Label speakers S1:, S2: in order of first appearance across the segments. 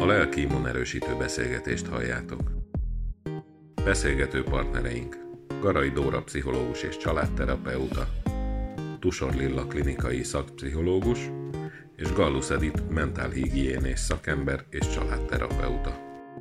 S1: lelki immunerősítő beszélgetést halljátok. Beszélgető partnereink Garai Dóra pszichológus és családterapeuta, Tusor Lilla klinikai szakpszichológus és Gallus Edit mentálhigiénés szakember és családterapeuta.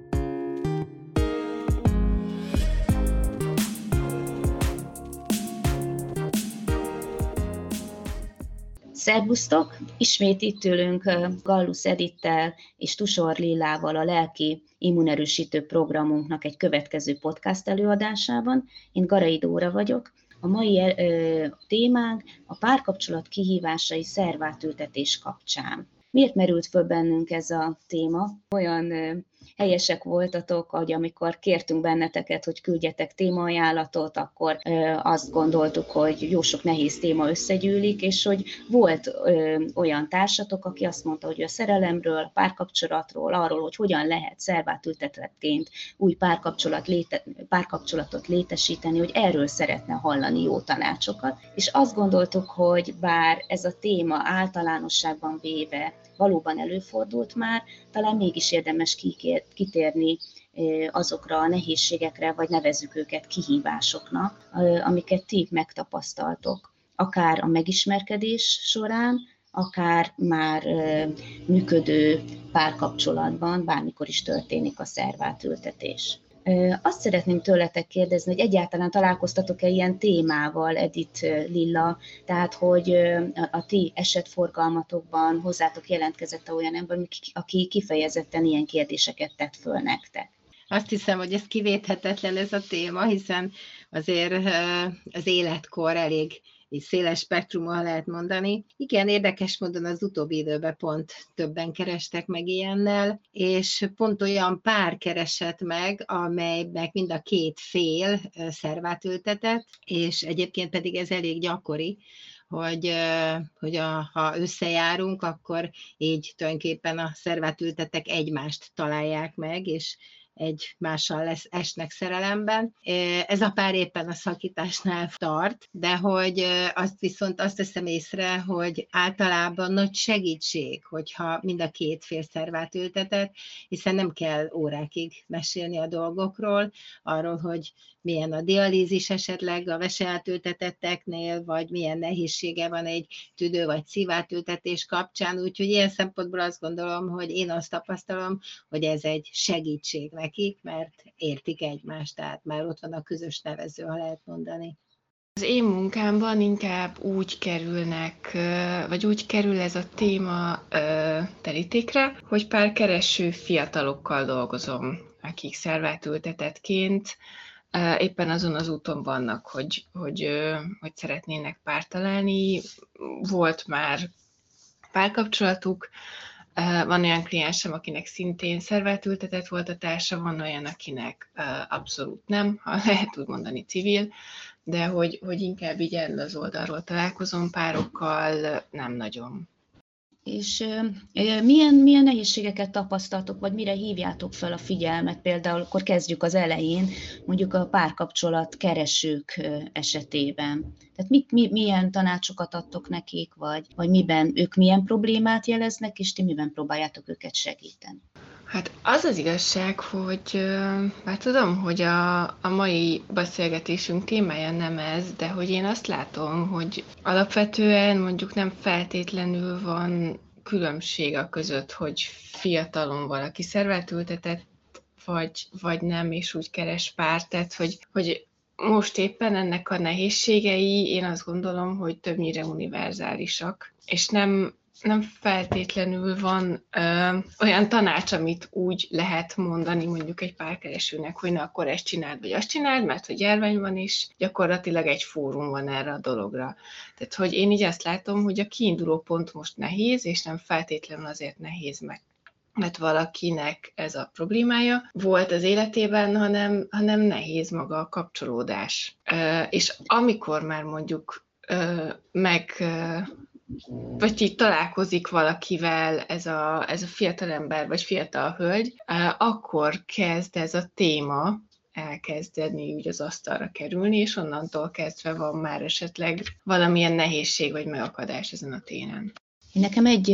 S2: Szerbusztok! Ismét itt ülünk Gallus Edittel és Tusor Lillával a lelki immunerősítő programunknak egy következő podcast előadásában. Én Garai Dóra vagyok. A mai témánk a párkapcsolat kihívásai szervátültetés kapcsán. Miért merült föl bennünk ez a téma? Olyan helyesek voltatok, hogy amikor kértünk benneteket, hogy küldjetek témaajánlatot, akkor azt gondoltuk, hogy jó sok nehéz téma összegyűlik, és hogy volt olyan társatok, aki azt mondta, hogy a szerelemről, a párkapcsolatról, arról, hogy hogyan lehet szervátültetettként új párkapcsolatot létesíteni, hogy erről szeretne hallani jó tanácsokat. És azt gondoltuk, hogy bár ez a téma általánosságban véve valóban előfordult már, talán mégis érdemes kitérni azokra a nehézségekre, vagy nevezzük őket kihívásoknak, amiket ti megtapasztaltok, akár a megismerkedés során, akár már működő párkapcsolatban, bármikor is történik a szervátültetés. Azt szeretném tőletek kérdezni, hogy egyáltalán találkoztatok-e ilyen témával, Edit, Lilla, tehát hogy a ti esetforgalmatokban hozzátok jelentkezett olyan ember, aki kifejezetten ilyen kérdéseket tett föl nektek?
S3: Azt hiszem, hogy ez kivéthetetlen ez a téma, hiszen azért az életkor elég széles spektrumon lehet mondani. Igen, érdekes módon az utóbbi időben pont többen kerestek meg ilyennel, és pont olyan pár keresett meg, amelynek mind a két fél szervátültetett, és egyébként pedig ez elég gyakori, hogy ha összejárunk, akkor így tulajdonképpen a szervátültettek egymást találják meg, és egymással esnek szerelemben. Ez a pár éppen a szakításnál tart, de hogy azt veszem észre, hogy általában nagy segítség, hogyha mind a két fél szervátültetett, hiszen nem kell órákig mesélni a dolgokról, arról, hogy milyen a dialízis esetleg a veseátültetetteknél, vagy milyen nehézsége van egy tüdő- vagy szívátültetés kapcsán, úgyhogy ilyen szempontból azt gondolom, hogy én azt tapasztalom, hogy ez egy segítség nekik, mert értik egymást, tehát már ott van a közös nevező, ha lehet mondani.
S4: Az én munkámban inkább úgy kerül ez a téma terítékre, hogy párkereső fiatalokkal dolgozom, akik szervátültetettként éppen azon az úton vannak, hogy szeretnének párt találni. Volt már párkapcsolatuk, van olyan kliensem, akinek szintén szervátültetett volt a társa, van olyan, akinek abszolút nem, ha lehet úgy mondani civil, de hogy inkább így erről az oldalról találkozom párokkal, nem nagyon.
S2: És milyen nehézségeket tapasztaltok, vagy mire hívjátok fel a figyelmet? Például akkor kezdjük az elején, mondjuk a párkapcsolat keresők esetében. Tehát milyen tanácsokat adtok nekik, vagy miben ők milyen problémát jeleznek, és ti miben próbáljátok őket segíteni?
S4: Hát az az igazság, hogy már tudom, hogy a mai beszélgetésünk témája nem ez, de hogy én azt látom, hogy alapvetően mondjuk nem feltétlenül van különbség a között, hogy fiatalon valaki szervátültetett, vagy nem, és úgy keres párt, tehát hogy most éppen ennek a nehézségei, én azt gondolom, hogy többnyire univerzálisak, és nem feltétlenül van olyan tanács, amit úgy lehet mondani mondjuk egy párkeresőnek, hogy na akkor ezt csináld, vagy azt csináld, mert hogy járvány van, és gyakorlatilag egy fórum van erre a dologra. Tehát, hogy én így azt látom, hogy a kiinduló pont most nehéz, és nem feltétlenül azért nehéz meg, mert valakinek ez a problémája volt az életében, hanem nehéz maga a kapcsolódás. És amikor már mondjuk vagy így találkozik valakivel ez a fiatal ember, vagy fiatal hölgy, akkor kezd ez a téma elkezdeni úgy az asztalra kerülni, és onnantól kezdve van már esetleg valamilyen nehézség vagy megakadás ezen a téren.
S2: Nekem egy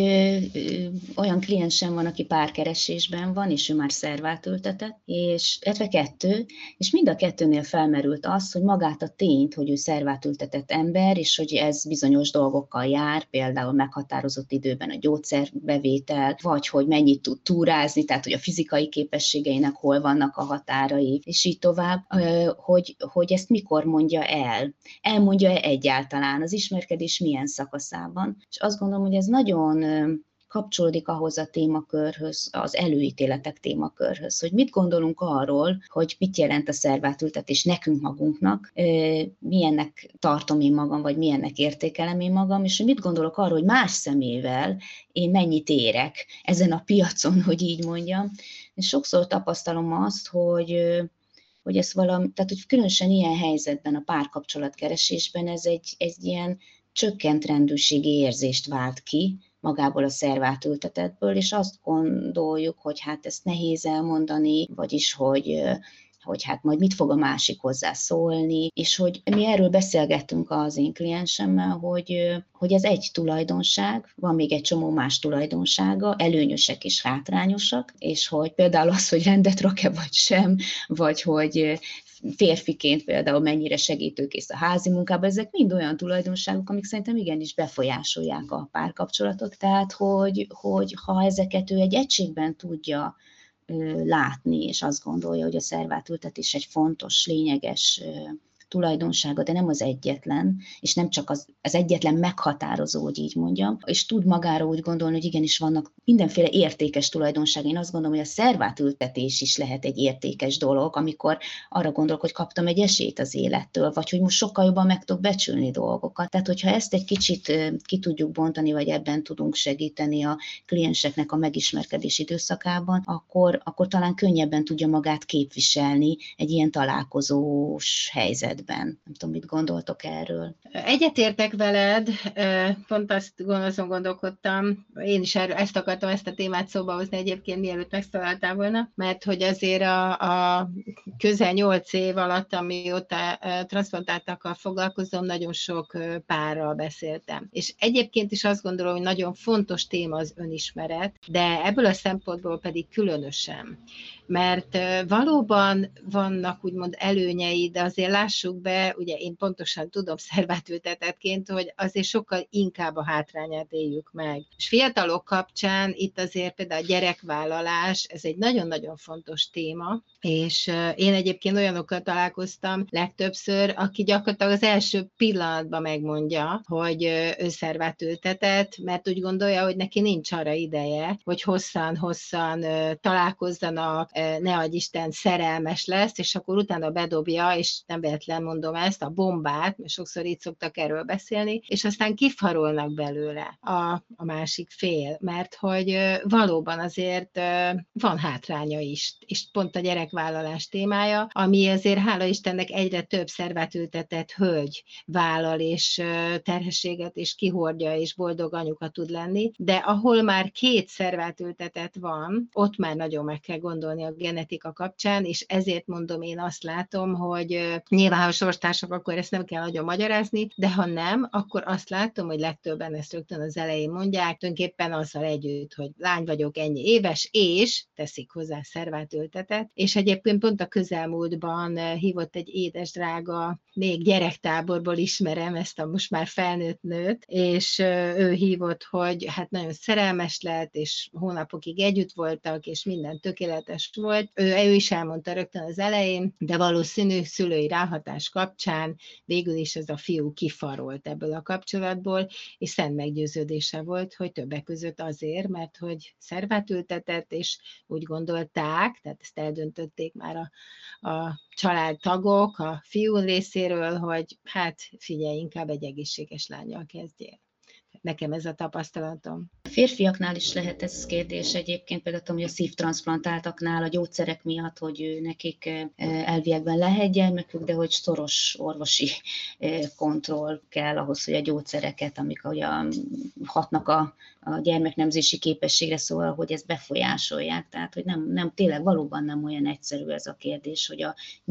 S2: olyan kliensem van, aki párkeresésben van, és ő már szervátültetett, és illetve 2, és mind a 2-nél felmerült az, hogy magát a tényt, hogy ő szervátültetett ember, és hogy ez bizonyos dolgokkal jár, például meghatározott időben a gyógyszerbevétel, vagy hogy mennyit tud túrázni, tehát hogy a fizikai képességeinek hol vannak a határai, és így tovább, hogy ezt mikor mondja el. Elmondja-e egyáltalán az ismerkedés milyen szakaszában. És azt gondolom, hogy ez nagyon kapcsolódik ahhoz a témakörhöz, az előítéletek témakörhöz, hogy mit gondolunk arról, hogy mit jelent a szervátültetés nekünk magunknak, milyennek tartom én magam, vagy milyennek értékelem én magam, és hogy mit gondolok arról, hogy más szemével én mennyit érek ezen a piacon, hogy így mondjam. És sokszor tapasztalom azt, hogy ez valami, tehát hogy különösen ilyen helyzetben, a párkapcsolatkeresésben ez egy ilyen csökkent rendűségi érzést vált ki magából a szervátültetettből, és azt gondoljuk, hogy hát ezt nehéz elmondani, vagyis hogy hát majd mit fog a másik hozzá szólni, és hogy mi erről beszélgettünk az én kliensemmel, hogy ez egy tulajdonság, van még egy csomó más tulajdonsága, előnyösek és hátrányosak, és hogy például az, hogy rendet rak-e vagy sem, vagy hogy férfiként például mennyire segítőkész a házi munkában, ezek mind olyan tulajdonságok, amik szerintem igenis befolyásolják a párkapcsolatot, tehát hogy ha ezeket ő egy egységben tudja látni, és azt gondolja, hogy a szervátültetés egy fontos, lényeges tulajdonsága, de nem az egyetlen, és nem csak az egyetlen meghatározó, hogy így mondjam, és tud magára úgy gondolni, hogy igenis vannak mindenféle értékes tulajdonság. Én azt gondolom, hogy a szervátültetés is lehet egy értékes dolog, amikor arra gondolok, hogy kaptam egy esélyt az élettől, vagy hogy most sokkal jobban meg tudok becsülni dolgokat. Tehát, hogyha ezt egy kicsit ki tudjuk bontani, vagy ebben tudunk segíteni a klienseknek a megismerkedés időszakában, akkor talán könnyebben tudja magát képviselni egy ilyen találkozós helyzetben. Nem tudom, mit gondoltok erről.
S3: Egyetértek veled, pont azon gondolkodtam, én is ezt akartam, ezt a témát szóba hozni egyébként, mielőtt megszólaltál volna, mert hogy azért a közel 8 év alatt, amióta transzplantáltakkal foglalkozom, nagyon sok párral beszéltem. És egyébként is azt gondolom, hogy nagyon fontos téma az önismeret, de ebből a szempontból pedig különösen. Mert valóban vannak úgymond előnyei, de azért lássuk be, ugye én pontosan tudom szervátültetettként, hogy azért sokkal inkább a hátrányát éljük meg. És fiatalok kapcsán itt azért például a gyerekvállalás, ez egy nagyon-nagyon fontos téma, és én egyébként olyanokkal találkoztam legtöbbször, aki gyakorlatilag az első pillanatban megmondja, hogy ő szervátültetett, mert úgy gondolja, hogy neki nincs arra ideje, hogy hosszan találkozzanak, ne adj Isten, szerelmes lesz, és akkor utána bedobja, és nem véletlen mondom ezt, a bombát, mert sokszor így szoktak erről beszélni, és aztán kifarolnak belőle a másik fél, mert hogy valóban azért van hátránya is, és pont a gyerekvállalás témája, ami azért hála Istennek egyre több szervátültetett hölgy vállal, és terhességet, és kihordja, és boldog anyuka tud lenni, de ahol már 2 szervátültetett van, ott már nagyon meg kell gondolni a genetika kapcsán, és ezért mondom, én azt látom, hogy nyilván, ha sorstársak, akkor ezt nem kell nagyon magyarázni, de ha nem, akkor azt látom, hogy legtöbben ezt rögtön az elején mondják, tulajdonképpen azzal együtt, hogy lány vagyok, ennyi éves, és teszik hozzá szervátültetett, és egyébként pont a közelmúltban hívott egy édesdrága, még gyerektáborból ismerem ezt a most már felnőtt nőt, és ő hívott, hogy hát nagyon szerelmes lett, és hónapokig együtt voltak, és minden tökéletes volt. Ő is elmondta rögtön az elején, de valószínű szülői ráhatás kapcsán végül is ez a fiú kifarolt ebből a kapcsolatból, és szent meggyőződése volt, hogy többek között azért, mert hogy szervátültetett, és úgy gondolták, tehát ezt eldöntötték már a családtagok a fiú részéről, hogy hát figyelj, inkább egy egészséges lánnyal kezdjél. Nekem ez a tapasztalatom.
S2: A férfiaknál is lehet ez kérdés egyébként, például tudom, hogy a szívtranszplantáltaknál a gyógyszerek miatt, hogy nekik elviekben lehet gyermekük, de hogy szoros orvosi kontroll kell ahhoz, hogy a gyógyszereket, amik ugye hatnak a gyermeknemzési képességre, szóval, hogy ezt befolyásolják. Tehát, hogy nem tényleg valóban nem olyan egyszerű ez a kérdés, hogy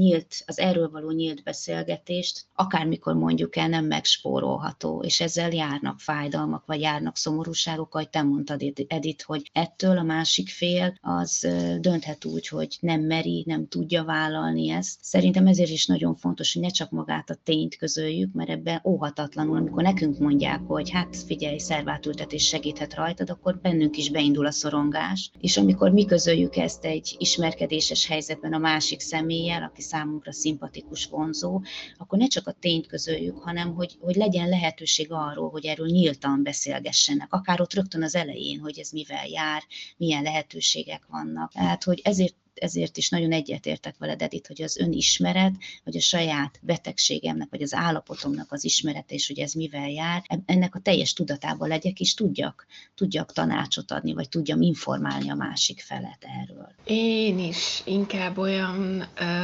S2: az erről való nyílt beszélgetést akármikor mondjuk el, nem megspórolható, és ezzel járnak fájdalmak, fájdalmak, vagy járnak szomorúságok, ahogy te mondtad, Edith, hogy ettől a másik fél az dönthet úgy, hogy nem meri, nem tudja vállalni ezt. Szerintem ezért is nagyon fontos, hogy ne csak magát a tényt közöljük, mert ebben óhatatlanul, amikor nekünk mondják, hogy hát figyelj, szervátültetés segíthet rajtad, akkor bennünk is beindul a szorongás. És amikor mi közöljük ezt egy ismerkedéses helyzetben a másik személlyel, aki számunkra szimpatikus, vonzó, akkor ne csak a tényt közöljük, hanem hogy legyen lehetőség arról, hogy erről nyíltan beszélgessenek, akár ott rögtön az elején, hogy ez mivel jár, milyen lehetőségek vannak. Tehát, hogy ezért is nagyon egyetértek veled, Edith, hogy az önismeret, vagy a saját betegségemnek, vagy az állapotomnak az ismerete, és hogy ez mivel jár, ennek a teljes tudatában legyek, és tudjak tanácsot adni, vagy tudjam informálni a másik felet erről.
S4: Én is inkább olyan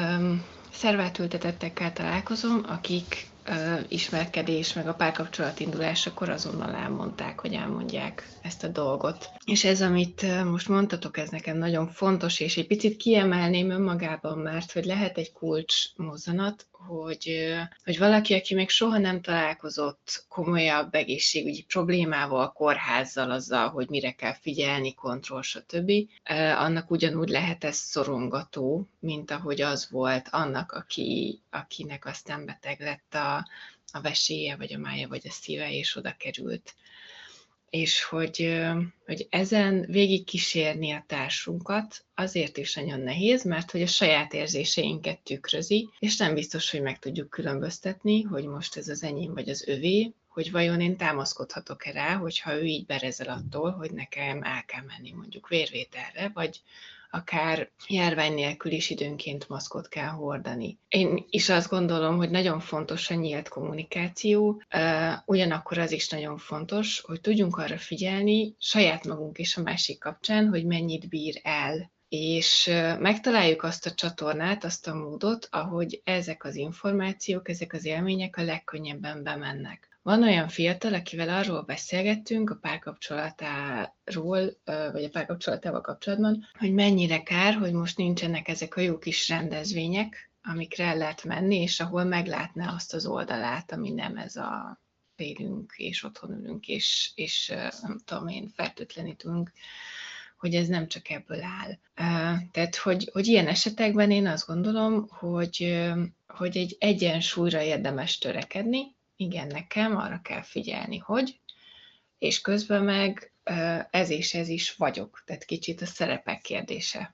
S4: szervátültetettekkel találkozom, akik ismerkedés, meg a párkapcsolat indulásakor azonnal elmondták, hogy elmondják ezt a dolgot. És ez, amit most mondtatok, ez nekem nagyon fontos, és egy picit kiemelném önmagában, mert hogy lehet egy kulcs mozzanat, hogy valaki, aki még soha nem találkozott komolyabb egészségügyi problémával, kórházzal, azzal, hogy mire kell figyelni, kontroll, stb., annak ugyanúgy lehet ez szorongató, mint ahogy az volt annak, akinek aztán beteg lett a veséje, vagy a mája, vagy a szíve, és oda került. És hogy ezen végig kísérni a társunkat azért is nagyon nehéz, mert hogy a saját érzéseinket tükrözi, és nem biztos, hogy meg tudjuk különböztetni, hogy most ez az enyém vagy az övé, hogy vajon én támaszkodhatok-e rá, hogyha ő így berezel attól, hogy nekem el kell menni mondjuk vérvételre, vagy akár járvány nélkül is időnként maszkot kell hordani. Én is azt gondolom, hogy nagyon fontos a nyílt kommunikáció, ugyanakkor az is nagyon fontos, hogy tudjunk arra figyelni saját magunk és a másik kapcsán, hogy mennyit bír el. És megtaláljuk azt a csatornát, azt a módot, ahogy ezek az információk, ezek az élmények a legkönnyebben bemennek. Van olyan fiatal, akivel arról beszélgettünk a párkapcsolatáról, vagy a párkapcsolatával kapcsolatban, hogy mennyire kár, hogy most nincsenek ezek a jó kis rendezvények, amikre el lehet menni, és ahol meglátná azt az oldalát, ami nem ez a félünk, és otthon ülünk, és nem tudom én, fertőtlenítünk, hogy ez nem csak ebből áll. Tehát, hogy ilyen esetekben én azt gondolom, hogy egy egyensúlyra érdemes törekedni. Igen, nekem arra kell figyelni, hogy, és közben meg ez és ez is vagyok. Tehát kicsit a szerepek kérdése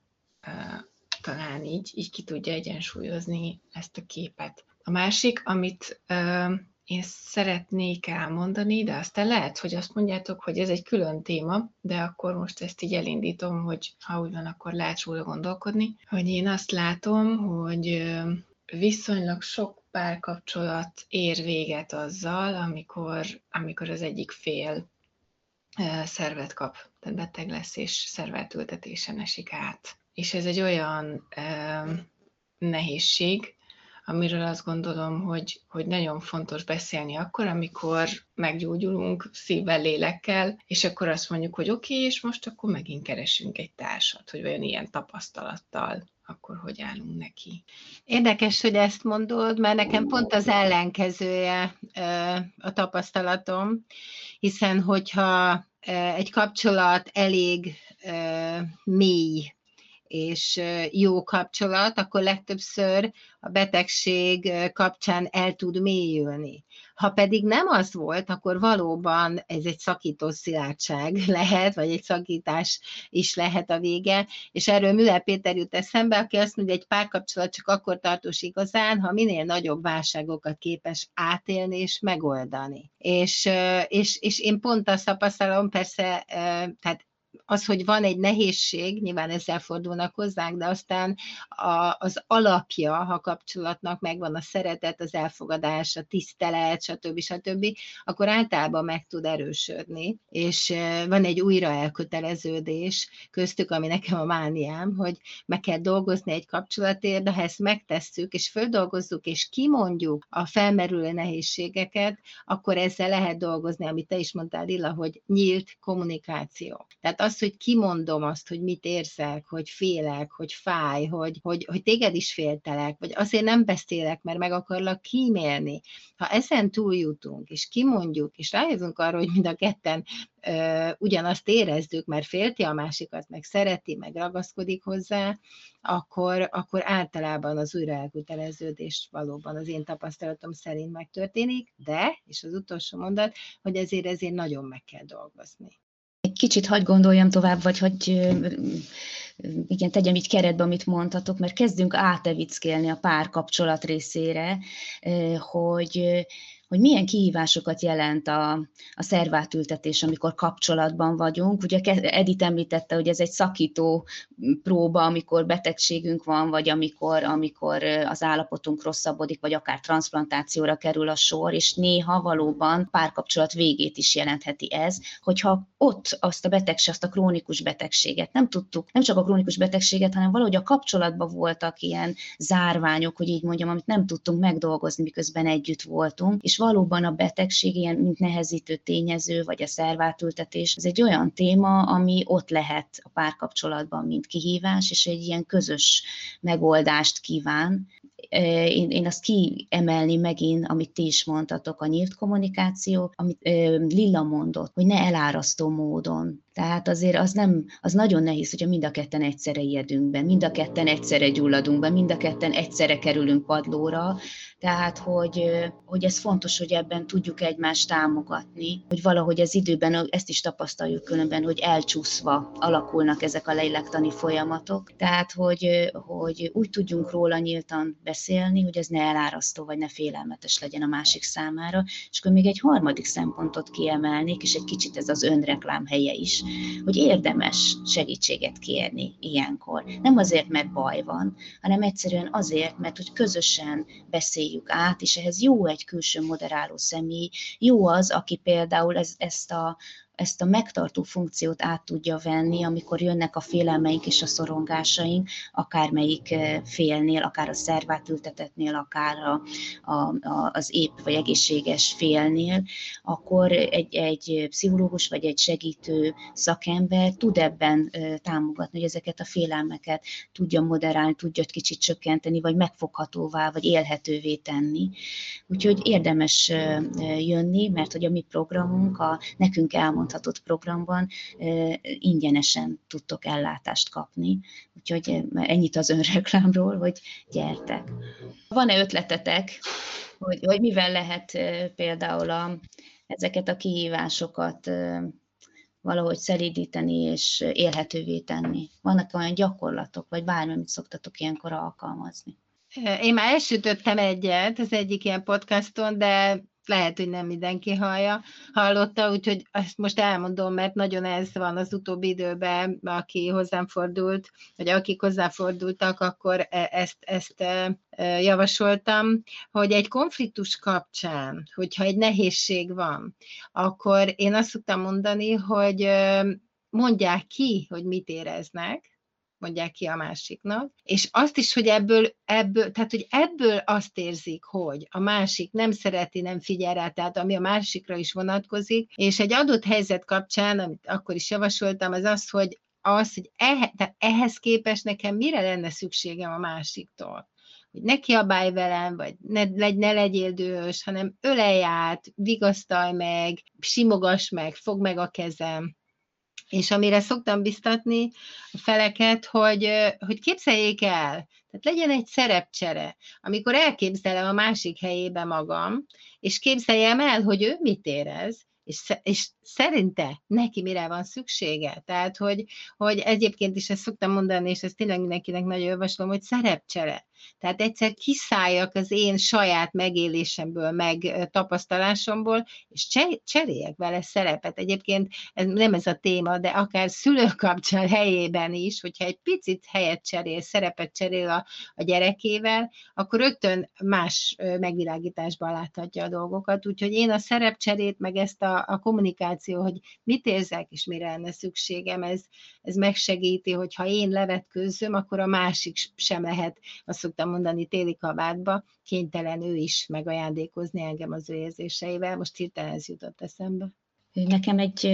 S4: talán így ki tudja egyensúlyozni ezt a képet. A másik, amit én szeretnék elmondani, de aztán lehet, hogy azt mondjátok, hogy ez egy külön téma, de akkor most ezt így elindítom, hogy ha úgy van, akkor lehet róla gondolkodni, hogy én azt látom, hogy viszonylag sok párkapcsolat ér véget azzal, amikor az egyik fél szervet kap, tehát beteg lesz és szervátültetésen esik át. És ez egy olyan nehézség, amiről azt gondolom, hogy nagyon fontos beszélni akkor, amikor meggyógyulunk szívvel, lélekkel, és akkor azt mondjuk, hogy oké, és most akkor megint keresünk egy társat, hogy vajon ilyen tapasztalattal akkor hogy állunk neki.
S3: Érdekes, hogy ezt mondod, mert nekem pont az ellenkezője a tapasztalatom, hiszen hogyha egy kapcsolat elég mély, és jó kapcsolat, akkor legtöbbször a betegség kapcsán el tud mélyülni. Ha pedig nem az volt, akkor valóban ez egy szakító szilárdság lehet, vagy egy szakítás is lehet a vége, és erről Müller Péter jut eszembe, aki azt mondja, hogy egy párkapcsolat csak akkor tartós igazán, ha minél nagyobb válságokat képes átélni és megoldani. És én pont azt tapasztalom, persze, tehát az, hogy van egy nehézség, nyilván ezzel fordulnak hozzánk, de aztán az alapja, ha kapcsolatnak megvan a szeretet, az elfogadás, a tisztelet, stb., akkor általában meg tud erősödni, és van egy újra elköteleződés köztük, ami nekem a mániám, hogy meg kell dolgozni egy kapcsolatért, de ha ezt megtesszük, és földolgozzuk, és kimondjuk a felmerülő nehézségeket, akkor ezzel lehet dolgozni, amit te is mondtál, Lilla, hogy nyílt kommunikáció. Tehát az, az, hogy kimondom azt, hogy mit érzek, hogy félek, hogy fáj, hogy téged is féltelek, vagy azért nem beszélek, mert meg akarlak kímélni. Ha ezen túljutunk, és kimondjuk, és rájövünk arra, hogy mind a ketten ugyanazt érezzük, mert félti a másikat, meg szereti, meg ragaszkodik hozzá, akkor általában az újraelköteleződés valóban az én tapasztalatom szerint megtörténik, de, és az utolsó mondat, hogy ezért nagyon meg kell dolgozni.
S2: Egy kicsit hadd gondoljam tovább, vagy igen, tegyem így keretbe, amit mondhatok, mert kezdünk átevickélni a párkapcsolat részére, hogy milyen kihívásokat jelent a szervátültetés, amikor kapcsolatban vagyunk. Ugye Edith említette, hogy ez egy szakító próba, amikor betegségünk van, vagy amikor az állapotunk rosszabbodik, vagy akár transzplantációra kerül a sor, és néha valóban párkapcsolat végét is jelentheti ez, hogyha ott azt a krónikus betegséget nem tudtuk, nem csak a krónikus betegséget, hanem valahogy a kapcsolatban voltak ilyen zárványok, hogy így mondjam, amit nem tudtunk megdolgozni, miközben együtt voltunk, és valóban a betegség ilyen, mint nehezítő tényező, vagy a szervátültetés, ez egy olyan téma, ami ott lehet a párkapcsolatban, mint kihívás, és egy ilyen közös megoldást kíván. Én azt kiemelni megint, amit ti is mondtatok, a nyílt kommunikáció, amit Lilla mondott, hogy ne elárasztó módon. Tehát azért az nagyon nehéz, hogyha mind a ketten egyszerre ijedünk be, mind a ketten egyszerre gyulladunk be, mind a ketten egyszerre kerülünk padlóra. Tehát, hogy ez fontos, hogy ebben tudjuk egymást támogatni, hogy valahogy az időben, ezt is tapasztaljuk különben, hogy elcsúszva alakulnak ezek a lélektani folyamatok. Tehát, hogy úgy tudjunk róla nyíltan beszélni, hogy ez ne elárasztó, vagy ne félelmetes legyen a másik számára. És akkor még egy harmadik szempontot kiemelnék, és egy kicsit ez az önreklám helye is, hogy érdemes segítséget kérni ilyenkor. Nem azért, mert baj van, hanem egyszerűen azért, mert hogy közösen beszéljük át, és ehhez jó egy külső moderáló személy, jó az, aki például ezt a megtartó funkciót át tudja venni, amikor jönnek a félelmeink és a szorongásaink, akármelyik félnél, akár a szervátültetettnél, akár az épp vagy egészséges félnél, akkor egy pszichológus vagy egy segítő szakember tud ebben támogatni, hogy ezeket a félelmeket tudja moderálni, tudja kicsit csökkenteni, vagy megfoghatóvá, vagy élhetővé tenni. Úgyhogy érdemes jönni, mert hogy a mi programunk, a nekünk elmondhatott programban ingyenesen tudtok ellátást kapni. Úgyhogy ennyit az önreklámról, hogy gyertek. Van-e ötletetek, hogy mivel lehet például ezeket a kihívásokat valahogy szelídíteni és élhetővé tenni? Vannak olyan gyakorlatok, vagy bármi, amit szoktatok ilyenkor alkalmazni?
S3: Én már elsütöttem egyet az egyik ilyen podcaston, de lehet, hogy nem mindenki hallotta, úgyhogy ezt most elmondom, mert nagyon ez van az utóbbi időben, aki hozzám fordult, vagy akik hozzáfordultak, akkor ezt javasoltam, hogy egy konfliktus kapcsán, hogyha egy nehézség van, akkor én azt szoktam mondani, hogy mondják ki, hogy mit éreznek, mondják ki a másiknak, és azt is, hogy ebből azt érzik, hogy a másik nem szereti, nem figyel rá, tehát ami a másikra is vonatkozik, és egy adott helyzet kapcsán, amit akkor is javasoltam, az, hogy ehhez képest nekem mire lenne szükségem a másiktól. Hogy ne kiabálj velem, vagy ne legyél dühös, hanem ölelj át, vigasztalj meg, simogass meg, fogd meg a kezem. És amire szoktam biztatni a feleket, hogy képzeljék el, tehát legyen egy szerepcsere, amikor elképzelem a másik helyébe magam, és képzeljem el, hogy ő mit érez, és szerinte neki mire van szüksége. Tehát, hogy egyébként is ezt szoktam mondani, és ezt tényleg mindenkinek nagyon javaslom, hogy szerepcsere. Tehát egyszer kiszálljak az én saját megélésemből, meg tapasztalásomból, és cseréljek vele szerepet. Egyébként nem ez a téma, de akár szülők kapcsán helyében is, hogyha egy picit helyet cserél, szerepet cserél a gyerekével, akkor rögtön más megvilágításban láthatja a dolgokat. Úgyhogy én a szerepcserét, meg ezt a kommunikáció, hogy mit érzek, és mire lenne szükségem, ez megsegíti, hogy ha én levetkőzzöm, akkor a másik sem lehet, azt szoktam mondani, téli kabátba, kénytelen ő is megajándékozni engem az ő érzéseivel. Most hirtelen ez jutott eszembe.
S2: Nekem egy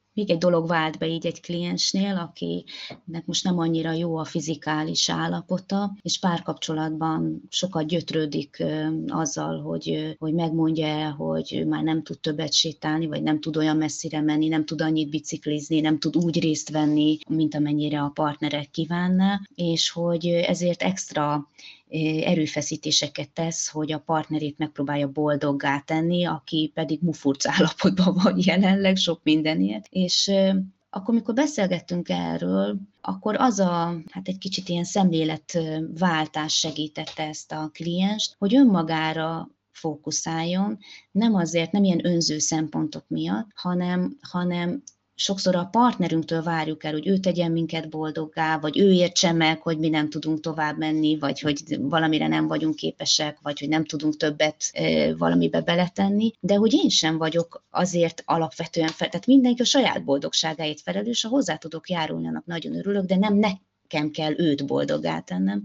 S2: Még egy dolog vált be így egy kliensnél, akinek most nem annyira jó a fizikális állapota, és párkapcsolatban sokat gyötrődik azzal, hogy megmondja, hogy ő már nem tud többet sétálni, vagy nem tud olyan messzire menni, nem tud annyit biciklizni, nem tud úgy részt venni, mint amennyire a partnerek kívánná, és hogy ezért extra erőfeszítéseket tesz, hogy a partnerét megpróbálja boldoggá tenni, aki pedig mufurc állapotban van jelenleg sok mindenért. És akkor, mikor beszélgettünk erről, akkor egy kicsit ilyen szemléletváltás segítette ezt a klienst, hogy önmagára fókuszáljon, nem ilyen önző szempontok miatt, hanem sokszor a partnerünktől várjuk el, hogy ő tegyen minket boldoggá, vagy ő értse meg, hogy mi nem tudunk tovább menni, vagy hogy valamire nem vagyunk képesek, vagy hogy nem tudunk többet valamibe beletenni, de hogy én sem vagyok azért alapvetően tehát mindenki a saját boldogságáért felelős, ha hozzá tudok járulni, annak nagyon örülök, de nem nekem kell őt boldoggá tennem.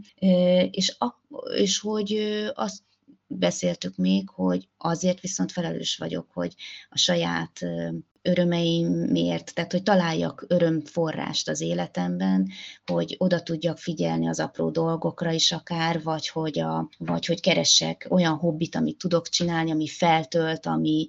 S2: És hogy azt beszéltük még, hogy azért viszont felelős vagyok, hogy a saját örömeimért, tehát hogy találjak örömforrást az életemben, hogy oda tudjak figyelni az apró dolgokra is akár, vagy hogy keressek olyan hobbit, amit tudok csinálni, ami feltölt,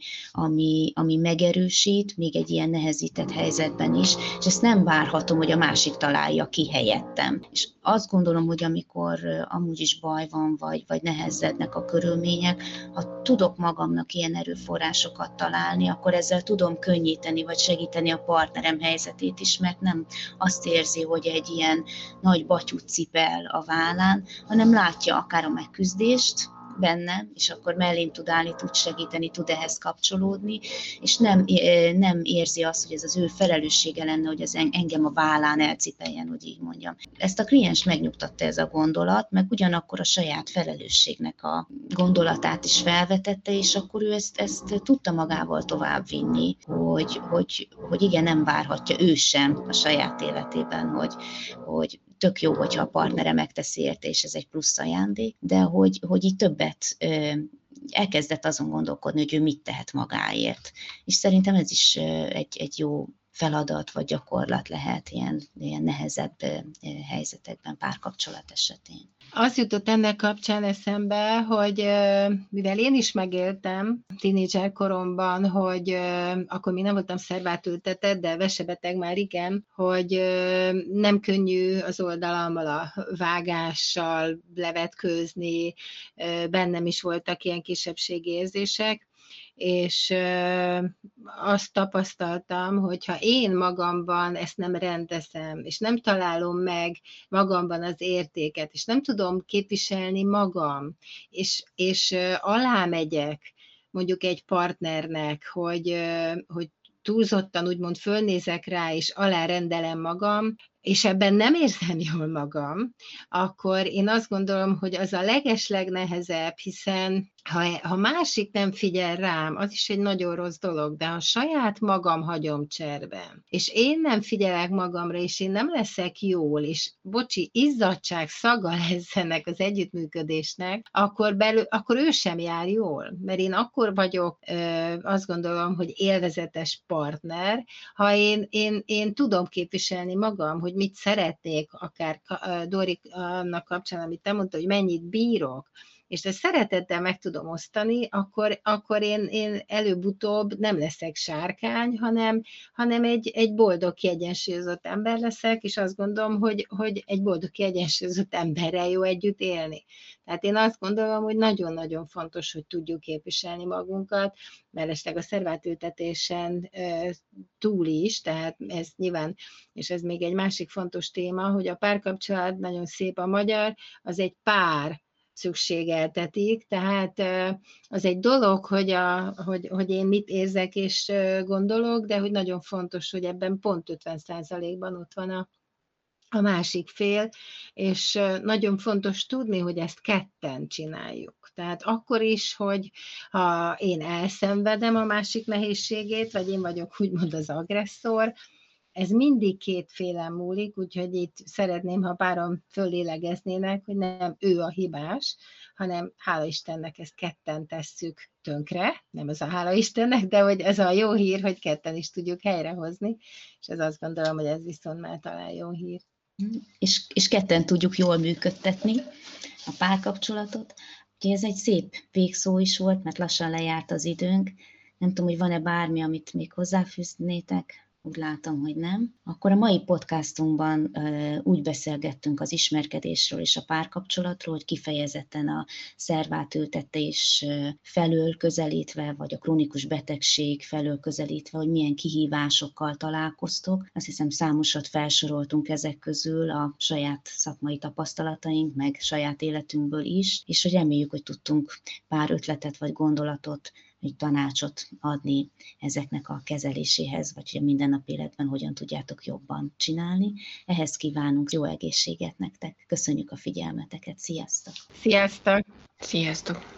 S2: ami megerősít, még egy ilyen nehezített helyzetben is, és ezt nem várhatom, hogy a másik találja ki helyettem. És azt gondolom, hogy amikor amúgy is baj van, vagy nehezednek a körülmények, ha tudok magamnak ilyen erőforrásokat találni, akkor ezzel tudom könnyíteni, vagy segíteni a partnerem helyzetét is, mert nem azt érzi, hogy egy ilyen nagy batyút cipel a vállán, hanem látja akár a megküzdést benne, és akkor mellém tud állni, tud segíteni, tud ehhez kapcsolódni, és nem érzi azt, hogy ez az ő felelőssége lenne, hogy az engem a vállán elcipeljen, hogy így mondjam. Ezt a kliens megnyugtatta ez a gondolat, meg ugyanakkor a saját felelősségnek a gondolatát is felvetette, és akkor ő ezt tudta magával továbbvinni, hogy igen, nem várhatja ő sem a saját életében, hogy tök jó, hogyha a partnere megteszi érte, és ez egy plusz ajándék, de hogy így többet elkezdett azon gondolkodni, hogy ő mit tehet magáért. És szerintem ez is egy jó feladat vagy gyakorlat lehet ilyen nehezebb helyzetekben, párkapcsolat esetén.
S3: Az jutott ennek kapcsán eszembe, hogy mivel én is megéltem tínédzser koromban, hogy akkor még nem voltam szervátültetett, de vesebeteg már igen, hogy nem könnyű az oldalammal a vágással levetkőzni, bennem is voltak ilyen kisebbségi érzések, és azt tapasztaltam, hogy ha én magamban ezt nem rendezem, és nem találom meg magamban az értéket, és nem tudom képviselni magam, és alámegyek mondjuk egy partnernek, hogy túlzottan úgymond fölnézek rá, és alárendelem magam, és ebben nem érzem jól magam, akkor én azt gondolom, hogy az a legeslegnehezebb, hiszen ha másik nem figyel rám, az is egy nagyon rossz dolog, de ha saját magam hagyom cserben, és én nem figyelek magamra, és én nem leszek jól, és izzadság, szaga lesz ennek az együttműködésnek, akkor ő sem jár jól, mert én akkor vagyok, azt gondolom, hogy élvezetes partner, ha én tudom képviselni magam, hogy mit szeretnék, akár Dori annak kapcsán, amit te mondtad, hogy mennyit bírok, és ezt szeretettel meg tudom osztani, akkor én előbb-utóbb nem leszek sárkány, hanem egy boldog, kiegyensúlyozott ember leszek, és azt gondolom, hogy egy boldog, kiegyensúlyozott emberrel jó együtt élni. Tehát én azt gondolom, hogy nagyon-nagyon fontos, hogy tudjuk képviselni magunkat, mellesleg a szervátültetésen túl is, tehát ez nyilván, és ez még egy másik fontos téma, hogy a párkapcsolat, nagyon szép a magyar, az egy pár szükségeltetik, tehát az egy dolog, hogy én mit érzek és gondolok, de hogy nagyon fontos, hogy ebben pont 50%-ban ott van a másik fél, és nagyon fontos tudni, hogy ezt ketten csináljuk. Tehát akkor is, hogy ha én elszenvedem a másik nehézségét, vagy én vagyok úgymond az agresszor, Ez mindig kétféle múlik, úgyhogy itt szeretném, ha páran föllélegeznének, hogy nem ő a hibás, hanem hála Istennek ezt ketten tesszük tönkre, nem ez a hála Istennek, de hogy ez a jó hír, hogy ketten is tudjuk helyrehozni, és ez azt gondolom, hogy ez viszont már talán jó hír.
S2: És ketten tudjuk jól működtetni a párkapcsolatot. Úgyhogy ez egy szép végszó is volt, mert lassan lejárt az időnk. Nem tudom, hogy van-e bármi, amit még hozzáfűznétek. Úgy látom, hogy nem. Akkor a mai podcastunkban úgy beszélgettünk az ismerkedésről és a párkapcsolatról, hogy kifejezetten a szervátültetés felől közelítve, vagy a krónikus betegség felől közelítve, hogy milyen kihívásokkal találkoztok. Azt hiszem, számosat felsoroltunk ezek közül a saját szakmai tapasztalataink, meg saját életünkből is, és hogy reméljük, hogy tudtunk pár ötletet vagy gondolatot, egy tanácsot adni ezeknek a kezeléséhez, vagy hogy a mindennapi életben hogyan tudjátok jobban csinálni. Ehhez kívánunk jó egészséget nektek. Köszönjük a figyelmeteket. Sziasztok!
S3: Sziasztok!
S4: Sziasztok!